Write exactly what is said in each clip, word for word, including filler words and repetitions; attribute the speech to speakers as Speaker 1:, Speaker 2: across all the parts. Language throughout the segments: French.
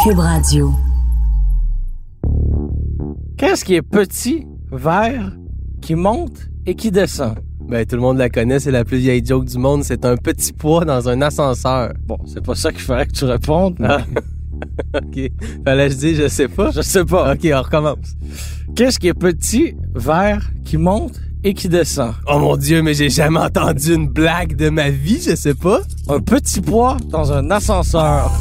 Speaker 1: Cube Radio.
Speaker 2: Qu'est-ce qui est petit, vert, qui monte et qui descend?
Speaker 3: Ben, tout le monde la connaît, c'est la plus vieille joke du monde. C'est un petit pois dans un ascenseur.
Speaker 2: Bon, c'est pas ça qu'il fallait que tu répondes. Mais...
Speaker 3: Ah. OK. Fallait que je dise, je sais pas.
Speaker 2: Je sais pas.
Speaker 3: OK, on recommence.
Speaker 2: Qu'est-ce qui est petit, vert, qui monte et qui descend?
Speaker 3: Oh mon Dieu, mais j'ai jamais entendu une blague de ma vie, je sais pas.
Speaker 2: Un petit pois dans un ascenseur.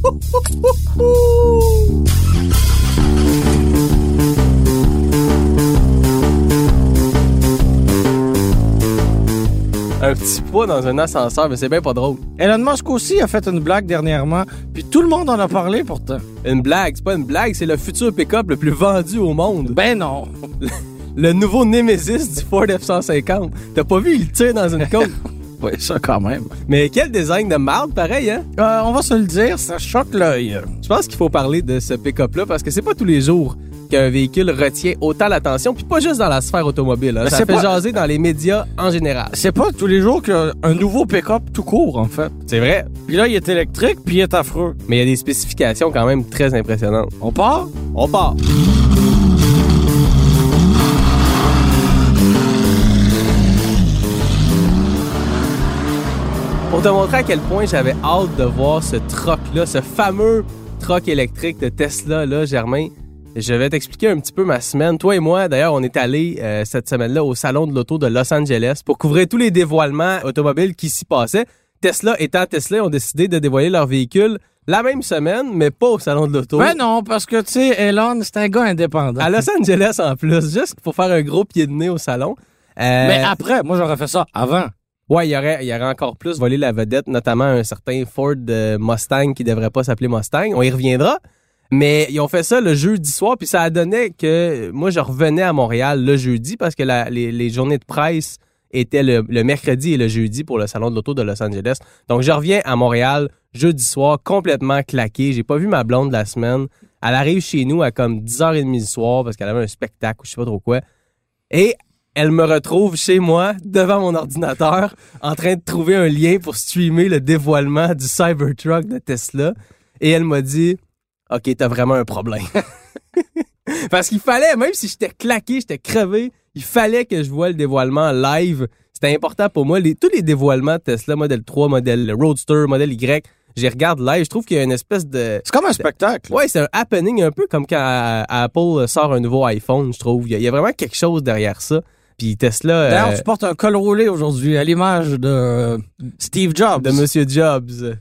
Speaker 3: Un petit pois dans un ascenseur, mais c'est bien pas drôle.
Speaker 2: Elon Musk aussi a fait une blague dernièrement, puis tout le monde en a parlé pourtant.
Speaker 3: Une blague, c'est pas une blague, c'est le futur pick-up le plus vendu au monde.
Speaker 2: Ben non.
Speaker 3: Le nouveau Nemesis du Ford F cent cinquante. T'as pas vu, il tire dans une côte.
Speaker 2: Oui, ça quand même.
Speaker 3: Mais quel design de marde, pareil, hein?
Speaker 2: Euh, on va se le dire, ça choque l'œil.
Speaker 3: Je pense qu'il faut parler de ce pick-up-là parce que c'est pas tous les jours qu'un véhicule retient autant l'attention, puis pas juste dans la sphère automobile. Hein. Ça fait pas... jaser dans les médias en général.
Speaker 2: C'est pas tous les jours qu'un nouveau pick-up tout court, en fait.
Speaker 3: C'est vrai.
Speaker 2: Puis là, il est électrique, puis il est affreux.
Speaker 3: Mais il y a des spécifications quand même très impressionnantes.
Speaker 2: On part?
Speaker 3: On part. Pour te montrer à quel point j'avais hâte de voir ce troc-là, ce fameux troc électrique de Tesla, là, Germain, je vais t'expliquer un petit peu ma semaine. Toi et moi, d'ailleurs, on est allés euh, cette semaine-là au Salon de l'Auto de Los Angeles pour couvrir tous les dévoilements automobiles qui s'y passaient. Tesla étant Tesla, ont décidé de dévoiler leur véhicule la même semaine, mais pas au Salon de l'Auto.
Speaker 2: Ben non, parce que, tu sais, Elon, c'est un gars indépendant.
Speaker 3: À Los Angeles, en plus, juste pour faire un gros pied de nez au salon.
Speaker 2: Euh... Mais après, moi, j'aurais fait ça avant.
Speaker 3: Ouais, il y aurait, il y aurait encore plus volé la vedette, notamment un certain Ford Mustang qui devrait pas s'appeler Mustang. On y reviendra. Mais ils ont fait ça le jeudi soir, puis ça a donné que moi, je revenais à Montréal le jeudi parce que la, les, les journées de presse étaient le, le mercredi et le jeudi pour le Salon de l'Auto de Los Angeles. Donc, je reviens à Montréal jeudi soir, complètement claqué. J'ai pas vu ma blonde la semaine. Elle arrive chez nous à comme dix heures trente du soir parce qu'elle avait un spectacle ou je sais pas trop quoi. Et elle me retrouve chez moi, devant mon ordinateur, en train de trouver un lien pour streamer le dévoilement du Cybertruck de Tesla. Et elle m'a dit... OK, t'as vraiment un problème. Parce qu'il fallait, même si j'étais claqué, j'étais crevé, il fallait que je voie le dévoilement live. C'était important pour moi. Les, tous les dévoilements de Tesla, Model trois, Model Roadster, Model Y, j'y regarde live. Je trouve qu'il y a une espèce de...
Speaker 2: C'est comme un spectacle.
Speaker 3: Ouais, c'est un happening un peu comme quand euh, Apple sort un nouveau iPhone, je trouve. Il y, a, il y a vraiment quelque chose derrière ça. Puis Tesla...
Speaker 2: D'ailleurs,
Speaker 3: euh,
Speaker 2: tu portes un col roulé aujourd'hui, à l'image de Steve Jobs.
Speaker 3: De Monsieur Jobs.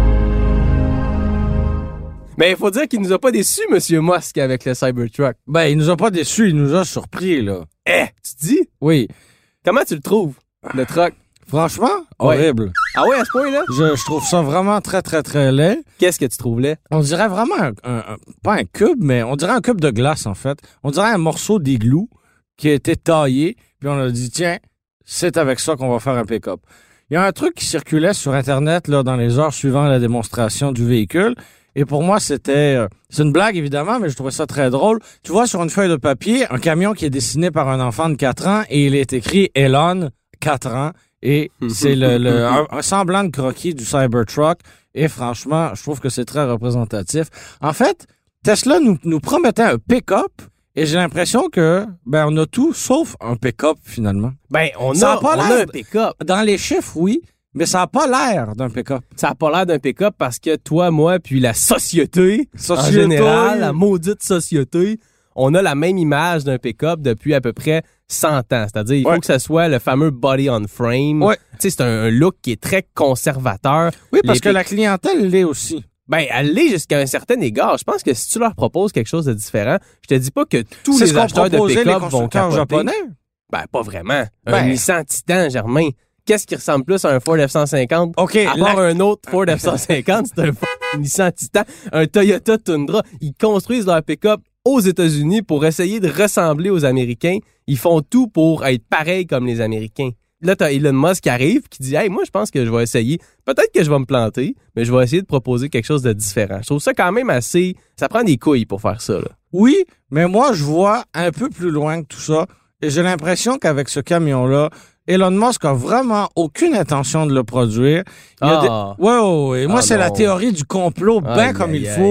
Speaker 3: Mais il faut dire qu'il nous a pas déçus, Monsieur Musk, avec le Cybertruck.
Speaker 2: Ben, il nous a pas déçus, il nous a surpris, là.
Speaker 3: Eh, tu dis?
Speaker 2: Oui.
Speaker 3: Comment tu le trouves, le truck?
Speaker 2: Franchement,
Speaker 3: ouais.
Speaker 2: Horrible.
Speaker 3: Ah ouais, à ce point-là?
Speaker 2: Je, je trouve ça vraiment très, très, très laid.
Speaker 3: Qu'est-ce que tu trouves laid?
Speaker 2: On dirait vraiment, un, un, un, pas un cube, mais on dirait un cube de glace, en fait. On dirait un morceau d'igloo qui a été taillé, puis on a dit, tiens, c'est avec ça qu'on va faire un pick-up. Il y a un truc qui circulait sur Internet là dans les heures suivant la démonstration du véhicule. Et pour moi, c'était... Euh, c'est une blague, évidemment, mais je trouvais ça très drôle. Tu vois, sur une feuille de papier, un camion qui est dessiné par un enfant de quatre ans et il est écrit « Elon, quatre ans ». Et c'est le, le un, un semblant de croquis du Cybertruck. Et franchement, je trouve que c'est très représentatif. En fait, Tesla nous, nous promettait un pick-up et j'ai l'impression que ben on a tout sauf un pick-up, finalement.
Speaker 3: Ben, on
Speaker 2: Ça
Speaker 3: a,
Speaker 2: a pas
Speaker 3: on
Speaker 2: l'air
Speaker 3: a un pick-up.
Speaker 2: Dans les chiffres, oui. Mais ça n'a pas l'air d'un pick-up.
Speaker 3: Ça n'a pas l'air d'un pick-up parce que toi, moi, puis la société,
Speaker 2: société,
Speaker 3: en général, la maudite société, on a la même image d'un pick-up depuis à peu près cent ans. C'est-à-dire, il
Speaker 2: ouais.
Speaker 3: faut que ça soit le fameux body on frame.
Speaker 2: Ouais.
Speaker 3: Tu sais, c'est un, un look qui est très conservateur.
Speaker 2: Oui, parce
Speaker 3: Les
Speaker 2: que
Speaker 3: pick-
Speaker 2: la clientèle l'est aussi.
Speaker 3: Ben, elle l'est jusqu'à un certain égard. Je pense que si tu leur proposes quelque chose de différent, je te dis pas que tous
Speaker 2: c'est
Speaker 3: les
Speaker 2: ce
Speaker 3: acheteurs de
Speaker 2: proposaient
Speaker 3: pick-up
Speaker 2: les
Speaker 3: vont
Speaker 2: constructeurs
Speaker 3: capoter.
Speaker 2: japonais.
Speaker 3: Ben, pas vraiment. Un
Speaker 2: Ben.
Speaker 3: Nissan Titan, Germain. Qu'est-ce qui ressemble plus à un Ford F cent cinquante?
Speaker 2: OK.
Speaker 3: À part
Speaker 2: la...
Speaker 3: un autre Ford F cent cinquante, c'est un Ford Nissan Titan, un Toyota Tundra. Ils construisent leur pick-up aux États-Unis pour essayer de ressembler aux Américains. Ils font tout pour être pareils comme les Américains. Là, t'as Elon Musk qui arrive, qui dit « Hey, moi, je pense que je vais essayer. Peut-être que je vais me planter, mais je vais essayer de proposer quelque chose de différent. » Je trouve ça quand même assez... Ça prend des couilles pour faire ça, là.
Speaker 2: Oui, mais moi, je vois un peu plus loin que tout ça. Et j'ai l'impression qu'avec ce camion-là, Elon Musk a vraiment aucune intention de le produire. Il y a
Speaker 3: Ah.
Speaker 2: des... Ouais, ouais, ouais. Moi,
Speaker 3: Ah
Speaker 2: c'est
Speaker 3: non.
Speaker 2: la théorie du complot, bien
Speaker 3: Aïe,
Speaker 2: comme
Speaker 3: aïe,
Speaker 2: il faut.
Speaker 3: aïe.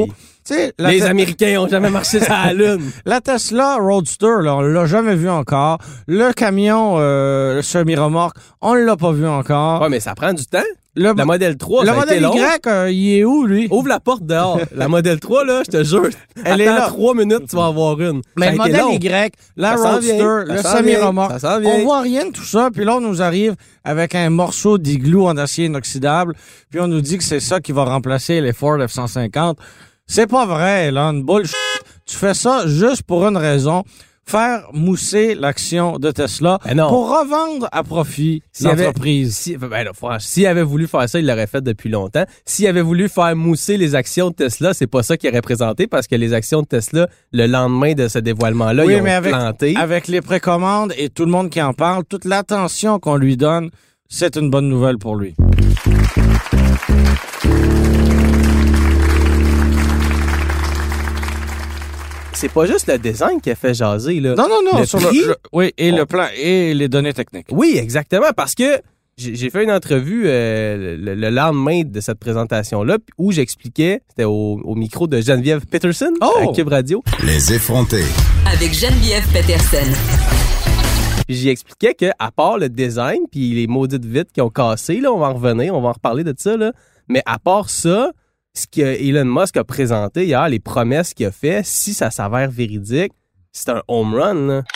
Speaker 2: sais, la
Speaker 3: Les
Speaker 2: te-
Speaker 3: Américains ont jamais marché sur la Lune.
Speaker 2: La Tesla Roadster, là, on l'a jamais vu encore. Le camion, euh, le semi-remorque, on l'a pas vu encore.
Speaker 3: Ouais, mais ça prend du temps.
Speaker 2: Le,
Speaker 3: La Model trois,
Speaker 2: le
Speaker 3: ça a
Speaker 2: modèle
Speaker 3: été long.
Speaker 2: Y, euh, il est où, lui?
Speaker 3: Ouvre la porte dehors. La Model trois, là, je te jure.
Speaker 2: Elle est
Speaker 3: attends
Speaker 2: là.
Speaker 3: trois minutes, tu vas avoir une.
Speaker 2: Mais
Speaker 3: Ça a
Speaker 2: le
Speaker 3: été
Speaker 2: modèle
Speaker 3: long.
Speaker 2: Y, la
Speaker 3: Ça s'en
Speaker 2: Roadster,
Speaker 3: vient,
Speaker 2: le
Speaker 3: ça s'en
Speaker 2: semi-remorque,
Speaker 3: vient, ça s'en vient.
Speaker 2: on voit rien de tout ça. Puis là, on nous arrive avec un morceau d'igloo en acier inoxydable. Puis on nous dit que c'est ça qui va remplacer les Ford F cent cinquante. C'est pas vrai, là, une bullshit. Tu fais ça juste pour une raison. Faire mousser l'action de Tesla
Speaker 3: Ben non.
Speaker 2: pour revendre à profit
Speaker 3: S'il avait-
Speaker 2: l'entreprise.
Speaker 3: Si, ben là, franchement, s'il avait voulu faire ça, il l'aurait fait depuis longtemps. S'il avait voulu faire mousser les actions de Tesla, c'est pas ça qu'il aurait présenté parce que les actions de Tesla, le lendemain de ce dévoilement-là,
Speaker 2: Oui,
Speaker 3: ils ont
Speaker 2: mais avec,
Speaker 3: planté.
Speaker 2: avec les précommandes et tout le monde qui en parle, toute l'attention qu'on lui donne, c'est une bonne nouvelle pour lui.
Speaker 3: C'est pas juste le design qui a fait jaser, là.
Speaker 2: Non, non, non.
Speaker 3: Le
Speaker 2: sur
Speaker 3: prix?
Speaker 2: le, le- oui, et
Speaker 3: On-
Speaker 2: le plan et les données techniques.
Speaker 3: Oui, exactement, parce que j'ai j'ai fait une entrevue euh, le, le lendemain de cette présentation-là où j'expliquais, c'était au, au micro de Geneviève Peterson
Speaker 2: Oh!
Speaker 3: à Cube Radio,
Speaker 1: Les effrontés.
Speaker 4: Avec Geneviève Peterson.
Speaker 3: puis j'y expliquais que à part le design puis les maudites vitres qui ont cassé, là, on va en revenir, on va en reparler de ça, là, mais à part ça, ce que Elon Musk a présenté hier, les promesses qu'il a fait, si ça s'avère véridique, c'est un home run, là.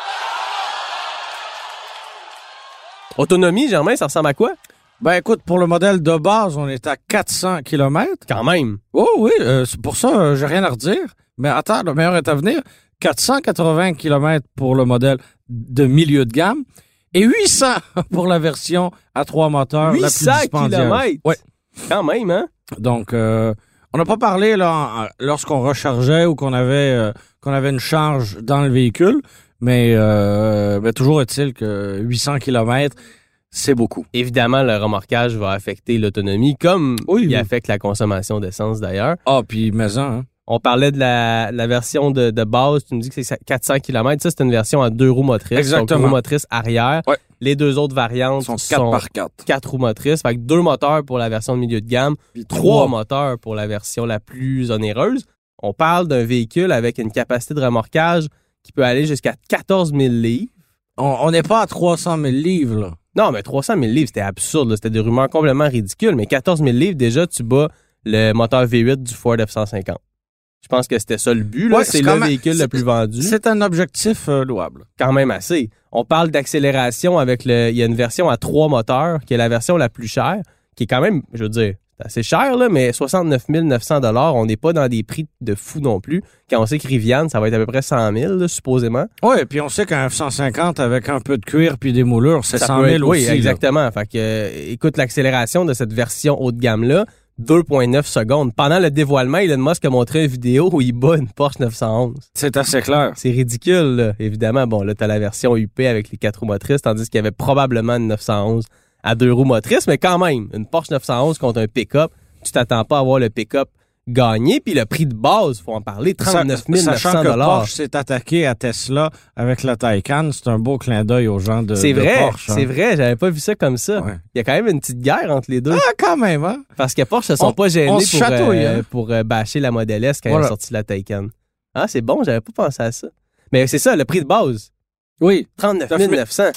Speaker 3: Autonomie, Germain, ça ressemble à quoi?
Speaker 2: Ben écoute, pour le modèle de base, on est à quatre cents kilomètres.
Speaker 3: Quand même.
Speaker 2: Oh oui, euh, c'est pour ça, euh, j'ai rien à redire. Mais attends, le meilleur est à venir. quatre cent quatre-vingts kilomètres pour le modèle de milieu de gamme et huit cents pour la version à trois moteurs la plus
Speaker 3: huit cents
Speaker 2: dispendieuse.
Speaker 3: kilomètres?
Speaker 2: Ouais.
Speaker 3: Quand même, hein?
Speaker 2: Donc, euh, on n'a pas parlé là en- lorsqu'on rechargeait ou qu'on avait euh, qu'on avait une charge dans le véhicule, mais, euh, mais toujours est-il que huit cents kilomètres, c'est beaucoup.
Speaker 3: Évidemment, le remorquage va affecter l'autonomie, comme
Speaker 2: Oui,
Speaker 3: il
Speaker 2: oui.
Speaker 3: affecte la consommation d'essence d'ailleurs.
Speaker 2: Ah, puis maison, hein?
Speaker 3: On parlait de la, la version de, de base, tu me dis que c'est quatre cents kilomètres. Ça, c'est une version à deux roues motrices.
Speaker 2: Exactement.
Speaker 3: Donc, roue motrice arrière.
Speaker 2: Ouais.
Speaker 3: Les deux autres variantes
Speaker 2: Ils sont
Speaker 3: sont,
Speaker 2: quatre par quatre.
Speaker 3: quatre roues motrices. Fait que deux moteurs pour la version de milieu de gamme,
Speaker 2: Puis
Speaker 3: trois moteurs pour la version la plus onéreuse. On parle d'un véhicule avec une capacité de remorquage qui peut aller jusqu'à quatorze mille livres.
Speaker 2: On on n'est pas à trois cent mille livres, là.
Speaker 3: Non, mais trois cent mille livres, c'était absurde. là. C'était des rumeurs complètement ridicules. Mais quatorze mille livres, déjà, tu bats le moteur V huit du Ford F cent cinquante. Je pense que c'était ça le but. Là.
Speaker 2: Ouais,
Speaker 3: c'est
Speaker 2: c'est
Speaker 3: le
Speaker 2: quand même-
Speaker 3: véhicule le
Speaker 2: c'est-
Speaker 3: plus vendu.
Speaker 2: C'est un objectif euh, louable.
Speaker 3: Quand même assez. On parle d'accélération avec le... Il y a une version à trois moteurs, qui est la version la plus chère, qui est quand même, je veux dire, c'est assez cher, là, mais soixante-neuf mille neuf cents dollars. On n'est pas dans des prix de fou non plus. Quand on sait que Rivian, ça va être à peu près cent mille, là, supposément.
Speaker 2: Oui, puis on sait qu'un F cent cinquante avec un peu de cuir puis des moulures, c'est
Speaker 3: Ça
Speaker 2: cent
Speaker 3: peut
Speaker 2: mille
Speaker 3: être-
Speaker 2: aussi.
Speaker 3: Oui,
Speaker 2: là.
Speaker 3: exactement. Fait que, euh, écoute, l'accélération de cette version haut de gamme-là, deux virgule neuf secondes. Pendant le dévoilement, Elon Musk a montré une vidéo où il bat une Porsche neuf cent onze.
Speaker 2: C'est assez clair.
Speaker 3: C'est ridicule, là. Évidemment. Bon, là, t'as la version U P avec les quatre roues motrices, tandis qu'il y avait probablement une neuf cent onze à deux roues motrices, mais quand même, une Porsche neuf cent onze contre un pick-up, tu t'attends pas à voir le pick-up gagner, puis le prix de base, faut en parler, trente-neuf mille neuf cents
Speaker 2: Sachant que
Speaker 3: dollars.
Speaker 2: Porsche s'est attaqué à Tesla avec la Taycan, c'est un beau clin d'œil aux gens de,
Speaker 3: C'est
Speaker 2: de
Speaker 3: vrai,
Speaker 2: Porsche. hein.
Speaker 3: c'est vrai, j'avais pas vu ça comme ça.
Speaker 2: Ouais.
Speaker 3: Il y a quand même une petite guerre entre les deux.
Speaker 2: Ah, quand même, hein?
Speaker 3: Parce que Porsche se sont
Speaker 2: On-
Speaker 3: pas gênés
Speaker 2: on
Speaker 3: pour,
Speaker 2: se chatouille,
Speaker 3: euh,
Speaker 2: hein.
Speaker 3: pour euh, bâcher la Model S quand
Speaker 2: Voilà.
Speaker 3: ils ont sorti la Taycan. Ah, c'est bon, j'avais pas pensé à ça. Mais c'est ça, le prix de base,
Speaker 2: Oui.
Speaker 3: trente-neuf mille neuf cents.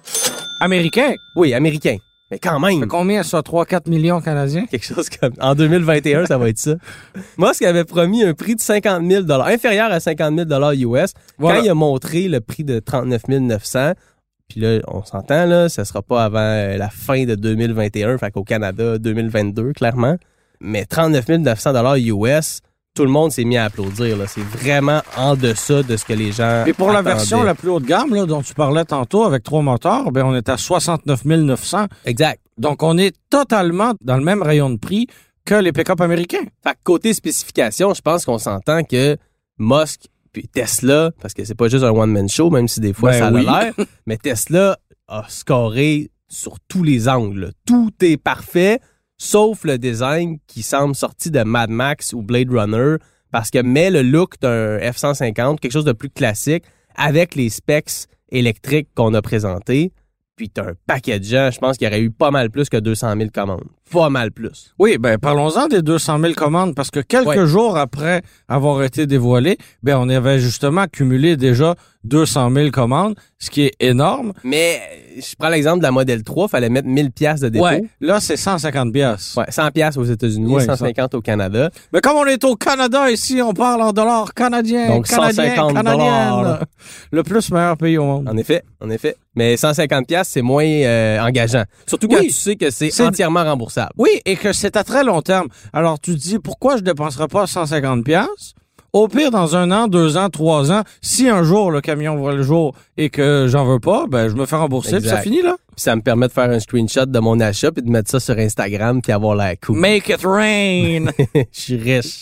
Speaker 2: Américain.
Speaker 3: Oui, américain. Mais quand même,
Speaker 2: Fait combien ça? trois à quatre millions canadiens?
Speaker 3: quelque chose comme... En deux mille vingt et un, ça va être ça. Musk avait promis un prix de cinquante mille dollars, inférieur à cinquante mille dollars U S.
Speaker 2: Voilà.
Speaker 3: Quand il a montré le prix de trente-neuf mille neuf cents, puis là, on s'entend, là, ça sera pas avant euh, la fin de deux mille vingt et un, fait qu'au Canada, deux mille vingt-deux, clairement. Mais trente-neuf mille neuf cents dollars U S, tout le monde s'est mis à applaudir. Là. C'est vraiment en deçà de ce que les gens
Speaker 2: Et pour la
Speaker 3: attendaient.
Speaker 2: version la plus haut de gamme, là, dont tu parlais tantôt, avec trois moteurs, ben, on est à soixante-neuf mille neuf cents.
Speaker 3: Exact.
Speaker 2: Donc, on est totalement dans le même rayon de prix que les pick-up américains.
Speaker 3: Fait que côté spécification, je pense qu'on s'entend que Musk puis Tesla, parce que c'est pas juste un one-man show, même si des fois
Speaker 2: Ben
Speaker 3: ça a
Speaker 2: oui.
Speaker 3: l'air, mais Tesla a scoré sur tous les angles. là. Tout est parfait, sauf le design qui semble sorti de Mad Max ou Blade Runner, parce que met le look d'un F cent cinquante, quelque chose de plus classique, avec les specs électriques qu'on a présentés. Puis t'as un paquet de gens, je pense qu'il y aurait eu pas mal plus que deux cent mille commandes. pas mal plus.
Speaker 2: Oui, ben parlons-en des deux cent mille commandes, parce que quelques
Speaker 3: Ouais.
Speaker 2: jours après avoir été dévoilé, ben on avait justement cumulé déjà deux cent mille commandes, ce qui est énorme.
Speaker 3: Mais je prends l'exemple de la Model trois, fallait mettre mille piastres de dépôt.
Speaker 2: Ouais, là c'est cent cinquante piastres.
Speaker 3: Ouais, cent piastres aux États-Unis,
Speaker 2: Ouais,
Speaker 3: cent cinquante au Canada.
Speaker 2: Mais comme on est au Canada ici, on parle en dollars canadiens,
Speaker 3: Donc,
Speaker 2: canadiens,
Speaker 3: cent cinquante
Speaker 2: canadiennes.
Speaker 3: dollars.
Speaker 2: Le plus meilleur pays au monde.
Speaker 3: En effet, en effet. Mais cent cinquante piastres, c'est moins euh, engageant. Surtout quand
Speaker 2: Oui.
Speaker 3: tu sais que c'est,
Speaker 2: C'est-
Speaker 3: entièrement remboursable.
Speaker 2: Oui, et que c'est à très long terme. Alors tu te dis, pourquoi je dépenserais pas cent cinquante piastres? Au pire, dans un an, deux ans, trois ans, si un jour le camion voit le jour et que j'en veux pas, ben je me fais rembourser, puis ça
Speaker 3: Exact.
Speaker 2: finit là.
Speaker 3: Puis ça me permet de faire un screenshot de mon achat puis de mettre ça sur Instagram puis avoir l'air cool.
Speaker 2: Make it rain!
Speaker 3: Je suis riche.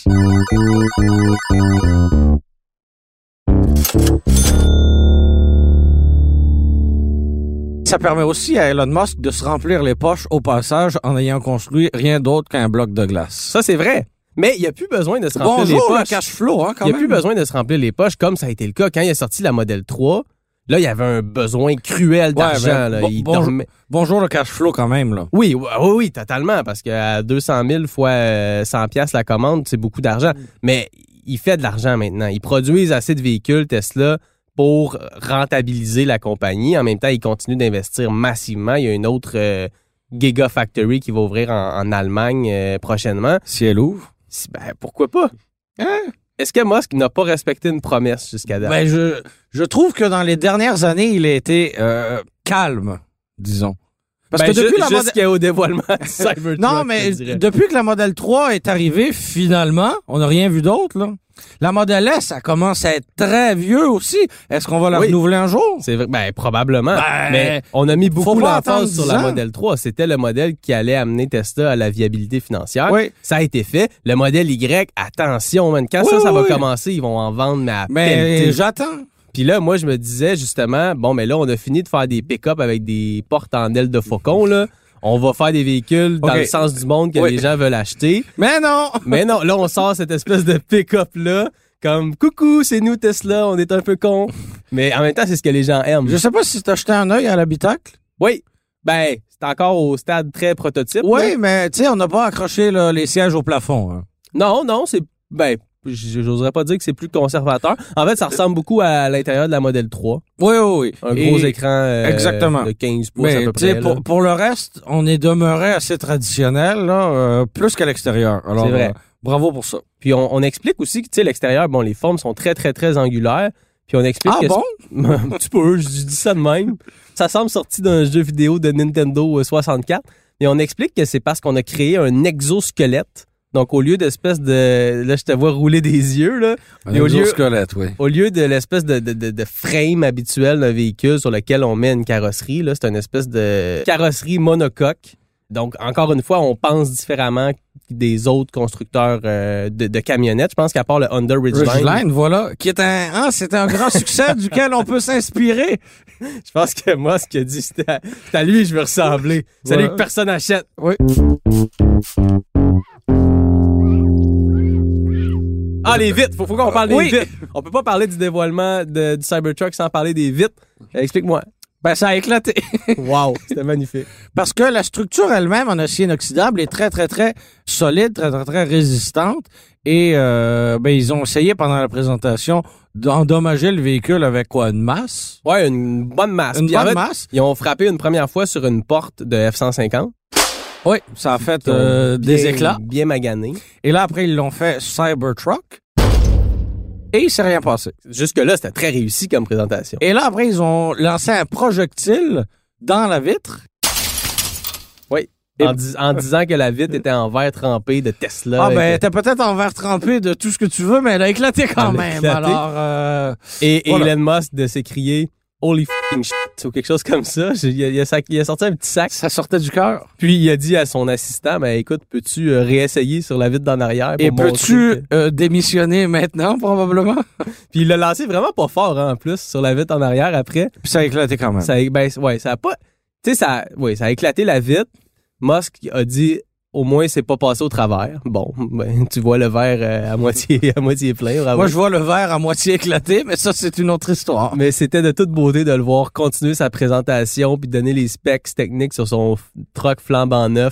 Speaker 2: Ça permet aussi à Elon Musk de se remplir les poches au passage en ayant construit rien d'autre qu'un bloc de glace.
Speaker 3: Ça, c'est vrai. Mais il n'y a plus besoin de se remplir
Speaker 2: Bonjour
Speaker 3: les
Speaker 2: le
Speaker 3: poches.
Speaker 2: cash flow, hein, quand
Speaker 3: Il n'y a
Speaker 2: même.
Speaker 3: plus besoin de se remplir les poches comme ça a été le cas quand il a sorti la Model trois. Là, il y avait un besoin cruel d'argent.
Speaker 2: ben,
Speaker 3: là.
Speaker 2: bon-
Speaker 3: Il
Speaker 2: bonjour.
Speaker 3: dormait-
Speaker 2: Bonjour le cash flow quand même, là.
Speaker 3: Oui, oui, oui, oui, totalement, parce qu'à deux cent mille fois euh, cent piastres la commande, c'est beaucoup d'argent. Mais il fait de l'argent maintenant. Ils produisent assez de véhicules Tesla pour rentabiliser la compagnie. En même temps, ils continuent d'investir massivement. Il y a une autre euh, Gigafactory qui va ouvrir en, en Allemagne euh, prochainement.
Speaker 2: Si elle ouvre.
Speaker 3: Si- Ben, pourquoi pas?
Speaker 2: Hein?
Speaker 3: Est-ce que Musk n'a pas respecté une promesse jusqu'à date?
Speaker 2: Ben, je, je trouve que dans les dernières années, il a été euh, calme, disons. Parce
Speaker 3: Ben,
Speaker 2: que depuis
Speaker 3: ju-
Speaker 2: la modèle...
Speaker 3: jusqu'au dévoilement du Cybertruck,
Speaker 2: Non,
Speaker 3: je
Speaker 2: mais
Speaker 3: te dirais.
Speaker 2: depuis que la Model trois est arrivée, finalement, on n'a rien vu d'autre, là. La Model S, ça commence à être très vieux aussi. Est-ce qu'on va la
Speaker 3: Oui.
Speaker 2: renouveler un jour?
Speaker 3: C'est vrai, ben probablement.
Speaker 2: Ben,
Speaker 3: mais on a mis beaucoup
Speaker 2: faut pas attendre
Speaker 3: l'emphase sur
Speaker 2: dix
Speaker 3: la
Speaker 2: ans.
Speaker 3: Model trois. C'était le modèle qui allait amener Tesla à la viabilité financière.
Speaker 2: Oui.
Speaker 3: Ça a été fait. Le modèle Y, attention, man. Quand
Speaker 2: Oui,
Speaker 3: ça, ça
Speaker 2: oui,
Speaker 3: va
Speaker 2: oui.
Speaker 3: commencer, ils vont en vendre, mais à
Speaker 2: Mais
Speaker 3: pelleter.
Speaker 2: j'attends.
Speaker 3: Puis là, moi, je me disais justement, bon, mais là, on a fini de faire des pick-up avec des portes en aile de faucon, là. On va faire des véhicules dans
Speaker 2: OK.
Speaker 3: le sens du monde que
Speaker 2: Oui.
Speaker 3: les gens veulent acheter.
Speaker 2: Mais non!
Speaker 3: Mais non, là, on sort cette espèce de pick-up-là. Comme, coucou, c'est nous Tesla, on est un peu cons. Mais en même temps, c'est ce que les gens aiment.
Speaker 2: Je sais pas si t'as jeté un œil à l'habitacle.
Speaker 3: Oui. Ben, c'est encore au stade très prototype.
Speaker 2: Oui,
Speaker 3: là.
Speaker 2: mais tu sais, on n'a pas accroché là, les sièges au plafond. Hein.
Speaker 3: Non, non, c'est. Ben, j- j'oserais pas dire que c'est plus conservateur. En fait, ça ressemble beaucoup à l'intérieur de la Model trois.
Speaker 2: Oui, oui, oui.
Speaker 3: Un
Speaker 2: Et-
Speaker 3: gros écran euh,
Speaker 2: Exactement.
Speaker 3: de quinze pouces à
Speaker 2: Mais
Speaker 3: peu
Speaker 2: tu sais,
Speaker 3: près.
Speaker 2: pour,
Speaker 3: là.
Speaker 2: pour le reste, on est demeuré assez traditionnel, là, euh, plus qu'à l'extérieur. Alors,
Speaker 3: C'est vrai.
Speaker 2: euh, bravo pour ça.
Speaker 3: Puis on, on explique aussi que, tu sais, l'extérieur, bon, les formes sont très, très, très angulaires. Puis on explique
Speaker 2: Ah
Speaker 3: que...
Speaker 2: bon?
Speaker 3: Un petit peu, je dis ça de même. Ça semble sorti d'un jeu vidéo de Nintendo soixante-quatre. Mais on explique que c'est parce qu'on a créé un exosquelette. Donc, au lieu d'espèce de... Là, je te vois rouler des yeux, là.
Speaker 2: Un
Speaker 3: Mais au lieu-
Speaker 2: exosquelette, oui.
Speaker 3: Au lieu de l'espèce de, de, de, de frame habituel d'un véhicule sur lequel on met une carrosserie, là, c'est une espèce de carrosserie monocoque. Donc, encore une fois, on pense différemment des autres constructeurs euh, de, de camionnettes. Je pense qu'à part le Honda Ridgeline,
Speaker 2: Ridgeline, voilà, qui est un, ah, c'est un grand succès duquel on peut s'inspirer.
Speaker 3: je pense que moi, ce qu'il a dit, c'était à, c'était à lui, je veux ressembler. C'est
Speaker 2: Voilà.
Speaker 3: lui que personne achète.
Speaker 2: Oui.
Speaker 3: Ah, les vitres! Faut, faut qu'on parle des
Speaker 2: Oui.
Speaker 3: vitres. On peut pas parler du dévoilement de, du Cybertruck sans parler des vitres. Euh, Explique-moi.
Speaker 2: Ben, ça a éclaté.
Speaker 3: Wow, c'était magnifique.
Speaker 2: Parce que la structure elle-même en acier inoxydable est très, très, très solide, très, très, très résistante. Et euh, ben, ils ont essayé pendant la présentation d'endommager le véhicule avec quoi? Une masse?
Speaker 3: Ouais, une bonne masse.
Speaker 2: Une
Speaker 3: Puis en
Speaker 2: bonne
Speaker 3: fait,
Speaker 2: masse?
Speaker 3: ils ont frappé une première fois sur une porte de F cent cinquante.
Speaker 2: Oui, ça a fait
Speaker 3: Ils ont
Speaker 2: euh, des
Speaker 3: bien-
Speaker 2: éclats.
Speaker 3: Bien magané.
Speaker 2: Et là, après, ils l'ont fait Cybertruck. Et il s'est rien passé.
Speaker 3: Jusque-là, c'était très réussi comme présentation.
Speaker 2: Et là, après, ils ont lancé un projectile dans la vitre.
Speaker 3: Oui.
Speaker 2: Et-
Speaker 3: En, dis- en disant que la vitre était en verre trempé de Tesla.
Speaker 2: Ah,
Speaker 3: et
Speaker 2: ben,
Speaker 3: que-
Speaker 2: t'as peut-être en verre trempé de tout ce que tu veux, mais elle a éclaté quand
Speaker 3: Elle a
Speaker 2: même.
Speaker 3: éclaté.
Speaker 2: Alors, euh,
Speaker 3: Et, et
Speaker 2: Voilà.
Speaker 3: Elon Musk de s'écrier Holy fucking shit ou quelque chose comme ça. J'ai- Il a, il a sac- il a sorti un petit sac.
Speaker 2: ça sortait du cœur.
Speaker 3: Puis il a dit à son assistant, ben écoute, peux-tu euh, réessayer sur la vitre d'en arrière? Pour
Speaker 2: Et
Speaker 3: montrer
Speaker 2: peux-tu
Speaker 3: que-
Speaker 2: euh, démissionner maintenant, probablement?
Speaker 3: Puis il l'a lancé vraiment pas fort, hein, en plus, sur la vitre en arrière après.
Speaker 2: Puis ça a éclaté quand même.
Speaker 3: Ça, a- ben, ouais, ça a pas. Tu sais, ça, ouais, ça a éclaté la vitre. Musk a dit, au moins, c'est pas passé au travers. Bon, ben, tu vois le verre euh, à moitié, à moitié plein. Bravo.
Speaker 2: Moi, je vois le verre à moitié éclaté, mais ça, c'est une autre histoire.
Speaker 3: Mais c'était de toute beauté de le voir continuer sa présentation puis donner les specs techniques sur son f- truck flambant neuf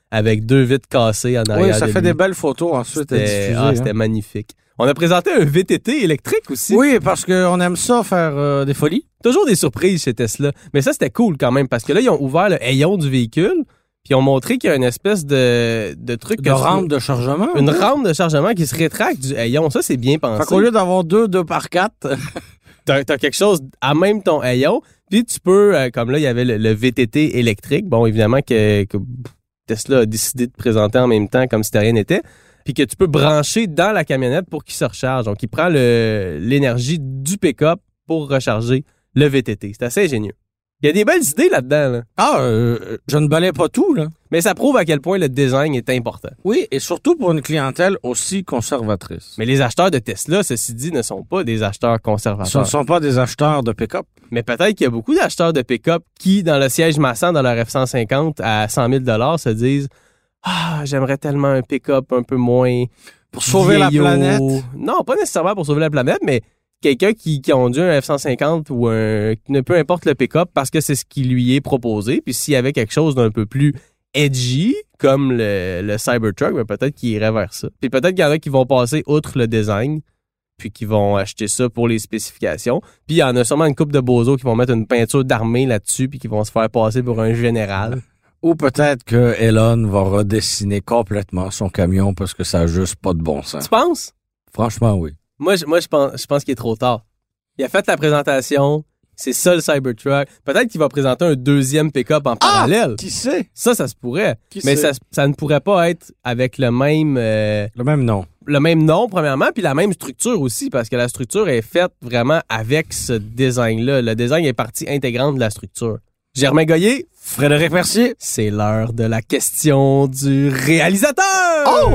Speaker 3: avec deux vitres cassées en arrière.
Speaker 2: Oui, ça
Speaker 3: de
Speaker 2: fait
Speaker 3: lui.
Speaker 2: des belles photos ensuite à
Speaker 3: C'était,
Speaker 2: diffuser.
Speaker 3: ah,
Speaker 2: hein.
Speaker 3: c'était magnifique. On a présenté un V T T électrique aussi.
Speaker 2: Oui, parce qu'on aime ça faire euh, des folies.
Speaker 3: Toujours des surprises chez Tesla. Mais ça, c'était cool quand même, parce que là, ils ont ouvert le hayon du véhicule, puis ils ont montré qu'il y a une espèce de, de truc...
Speaker 2: De
Speaker 3: que-
Speaker 2: rampe de chargement.
Speaker 3: Une
Speaker 2: oui.
Speaker 3: rampe de chargement qui se rétracte du hayon. Ça, c'est bien pensé.
Speaker 2: Fait qu'au lieu d'avoir deux, deux par quatre,
Speaker 3: T'as, t'as quelque chose à même ton hayon, puis tu peux, euh, comme là, il y avait le, le V T T électrique. Bon, évidemment que, que Tesla a décidé de présenter en même temps comme si de rien n'était, puis que tu peux brancher dans la camionnette pour qu'il se recharge. Donc, il prend le, l'énergie du pick-up pour recharger le V T T. C'est assez ingénieux. Il y a des belles idées là-dedans, là.
Speaker 2: ah, euh, je ne balaye pas tout, là.
Speaker 3: Mais ça prouve à quel point le design est important.
Speaker 2: Oui, et surtout pour une clientèle aussi conservatrice.
Speaker 3: Mais les acheteurs de Tesla, ceci dit, ne sont pas des acheteurs
Speaker 2: Ce
Speaker 3: conservateurs.
Speaker 2: ne sont pas des acheteurs de pick-up.
Speaker 3: Mais peut-être qu'il y a beaucoup d'acheteurs de pick-up qui, dans le siège massant dans leur F cent cinquante à cent mille dollars, se disent « Ah, j'aimerais tellement un pick-up un peu moins
Speaker 2: Pour sauver
Speaker 3: vieillot.
Speaker 2: la planète. »
Speaker 3: Non, pas nécessairement pour sauver la planète, mais quelqu'un qui, qui conduit un F cent cinquante ou un... ne peu importe le pick-up parce que c'est ce qui lui est proposé. Puis s'il y avait quelque chose d'un peu plus edgy, comme le, le Cybertruck, ben peut-être qu'il irait vers ça. Puis peut-être qu'il y en a qui vont passer outre le design, puis qui vont acheter ça pour les spécifications. Puis il y en a sûrement une couple de bozos qui vont mettre une peinture d'armée là-dessus, puis qui vont se faire passer pour un général.
Speaker 2: Ou peut-être que Elon va redessiner complètement son camion parce que ça n'a juste pas de bon sens.
Speaker 3: Tu penses?
Speaker 2: Franchement, oui.
Speaker 3: Moi, je, moi, je pense, je pense qu'il est trop tard. Il a fait la présentation, c'est ça le Cybertruck. Peut-être qu'il va présenter un deuxième pick-up en parallèle.
Speaker 2: Qui sait?
Speaker 3: Ça, ça se pourrait.
Speaker 2: Qui
Speaker 3: Mais
Speaker 2: sait?
Speaker 3: ça, ça ne pourrait pas être avec le même, euh,
Speaker 2: Le même nom.
Speaker 3: le même nom, premièrement, puis la même structure aussi, parce que la structure est faite vraiment avec ce design-là. Le design est partie intégrante de la structure. Germain Goyer,
Speaker 2: Frédéric Mercier.
Speaker 3: c'est l'heure de la question du réalisateur!
Speaker 2: Oh!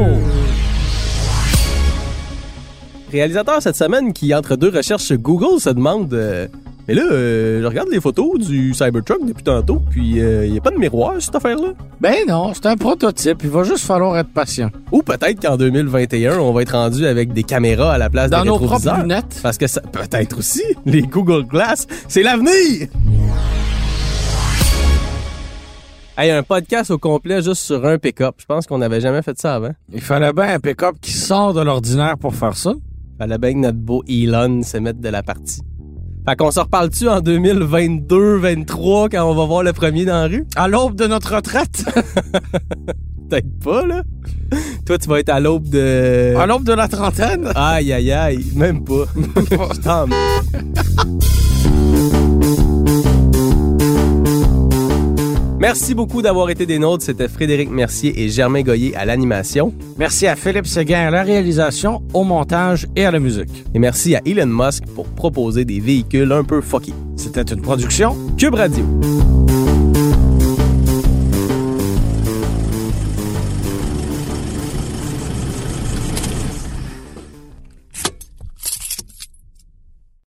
Speaker 3: Réalisateur cette semaine qui, entre deux recherches Google, se demande euh, mais là, euh, je regarde les photos du Cybertruck depuis tantôt, puis il n'y a pas de miroir cette affaire-là.
Speaker 2: Ben non, c'est un prototype. Il va juste falloir être patient.
Speaker 3: Ou peut-être qu'en deux mille vingt et un, on va être rendu avec des caméras à la place
Speaker 2: Dans
Speaker 3: des
Speaker 2: nos
Speaker 3: rétroviseurs.
Speaker 2: propres lunettes.
Speaker 3: Parce que ça peut-être aussi, les Google Glass, c'est l'avenir! Hey, un podcast au complet juste sur un pick-up. Je pense qu'on n'avait jamais fait ça avant.
Speaker 2: Il fallait bien un pick-up qui sort de l'ordinaire pour faire ça.
Speaker 3: Fallait bien que notre beau Elon se mette de la partie. Fait qu'on se reparle-tu en deux mille vingt-deux vingt-trois quand on va voir le premier dans la rue?
Speaker 2: À l'aube de notre retraite.
Speaker 3: Peut-être pas, là. Toi, tu vas être à l'aube de...
Speaker 2: À l'aube de la trentaine.
Speaker 3: Aïe, aïe, aïe. Même pas. Tant mieux. Merci beaucoup d'avoir été des nôtres. C'était Frédéric Mercier et Germain Goyer à l'animation.
Speaker 2: Merci à Philippe Séguin à la réalisation, au montage et à la musique.
Speaker 3: Et merci à Elon Musk pour proposer des véhicules un peu fucky.
Speaker 2: C'était une production
Speaker 3: Cube Radio.